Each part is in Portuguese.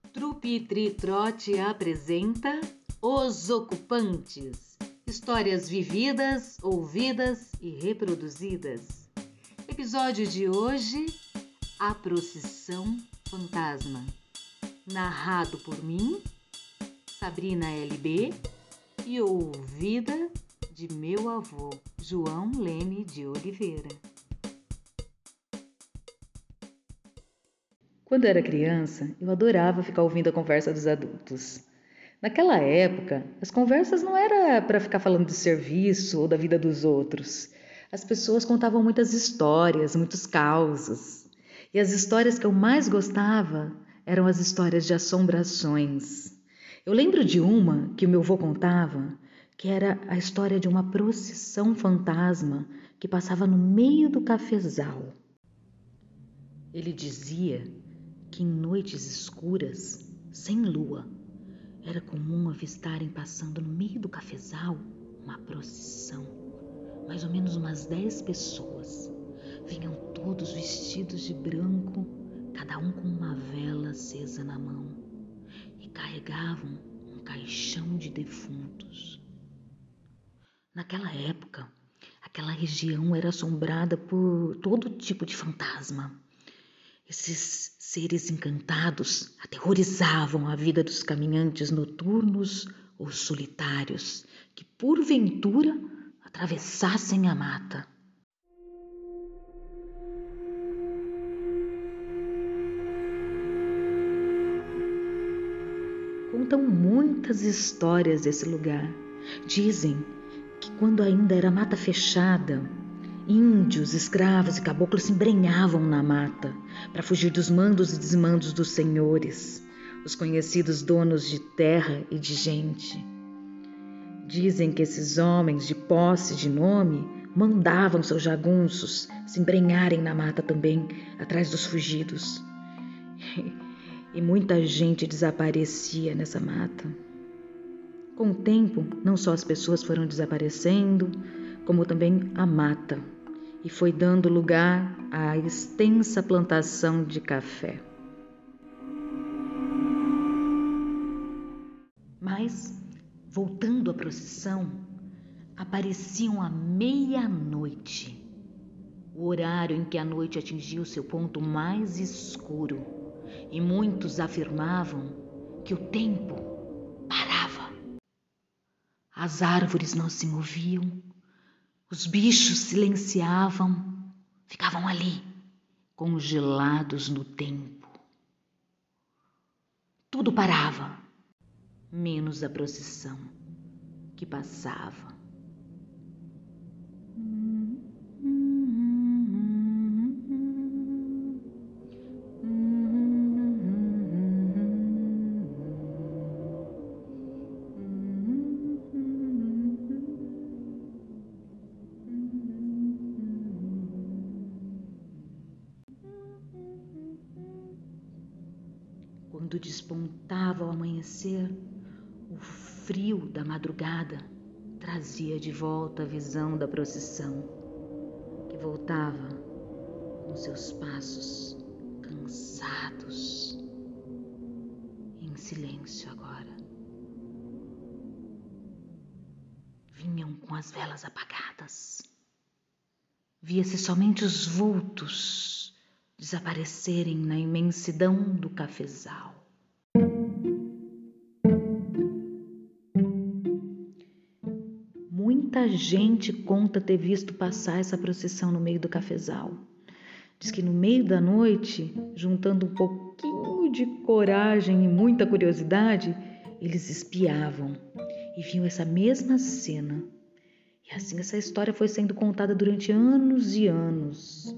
Trupe Tritrote apresenta Os Ocupantes, histórias vividas, ouvidas e reproduzidas. Episódio de hoje, A Procissão Fantasma, narrado por mim, Sabrina LB, e ouvida de meu avô, João Leme de Oliveira. Quando era criança, eu adorava ficar ouvindo a conversa dos adultos. Naquela época, as conversas não eram para ficar falando de serviço ou da vida dos outros. As pessoas contavam muitas histórias, muitos causos. E as histórias que eu mais gostava eram as histórias de assombrações. Eu lembro de uma que o meu avô contava, que era a história de uma procissão fantasma que passava no meio do cafezal. Ele dizia que em noites escuras, sem lua, era comum avistarem passando no meio do cafezal uma procissão. Mais ou menos umas 10 pessoas. Vinham todos vestidos de branco, cada um com uma vela acesa na mão, e carregavam um caixão de defuntos. Naquela época, aquela região era assombrada por todo tipo de fantasma. Esses seres encantados aterrorizavam a vida dos caminhantes noturnos ou solitários que, porventura, atravessassem a mata. Contam muitas histórias desse lugar. Dizem que quando ainda era mata fechada, índios, escravos e caboclos se embrenhavam na mata para fugir dos mandos e desmandos dos senhores, os conhecidos donos de terra e de gente. Dizem que esses homens de posse e de nome mandavam seus jagunços se embrenharem na mata também, atrás dos fugidos. E muita gente desaparecia nessa mata. Com o tempo, não só as pessoas foram desaparecendo, como também a mata, e foi dando lugar à extensa plantação de café. Mas, voltando à procissão, apareciam à meia-noite, o horário em que a noite atingiu seu ponto mais escuro, e muitos afirmavam que o tempo parava. As árvores não se moviam, os bichos silenciavam, ficavam ali, congelados no tempo. Tudo parava, menos a procissão que passava. Quando despontava o amanhecer, o frio da madrugada trazia de volta a visão da procissão, que voltava com seus passos cansados, em silêncio agora. Vinham com as velas apagadas. Via-se somente os vultos desaparecerem na imensidão do cafezal. Muita gente conta ter visto passar essa procissão no meio do cafezal. Diz que no meio da noite, juntando um pouquinho de coragem e muita curiosidade, eles espiavam e viam essa mesma cena. E assim essa história foi sendo contada durante anos e anos.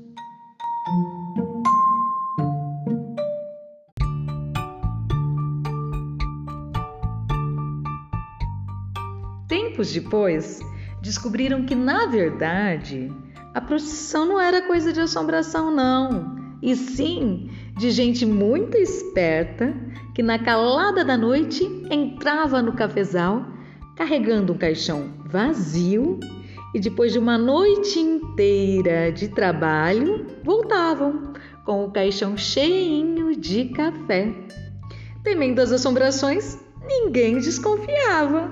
Tempos depois, descobriram que, na verdade, a procissão não era coisa de assombração, não, e sim de gente muito esperta que, na calada da noite, entrava no cafezal carregando um caixão vazio e, depois de uma noite inteira de trabalho, voltavam com o caixão cheinho de café. Temendo as assombrações, ninguém desconfiava.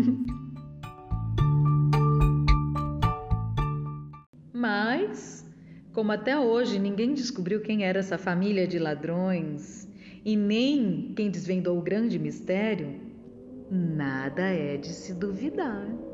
Mas, como até hoje ninguém descobriu quem era essa família de ladrões e nem quem desvendou o grande mistério, nada é de se duvidar.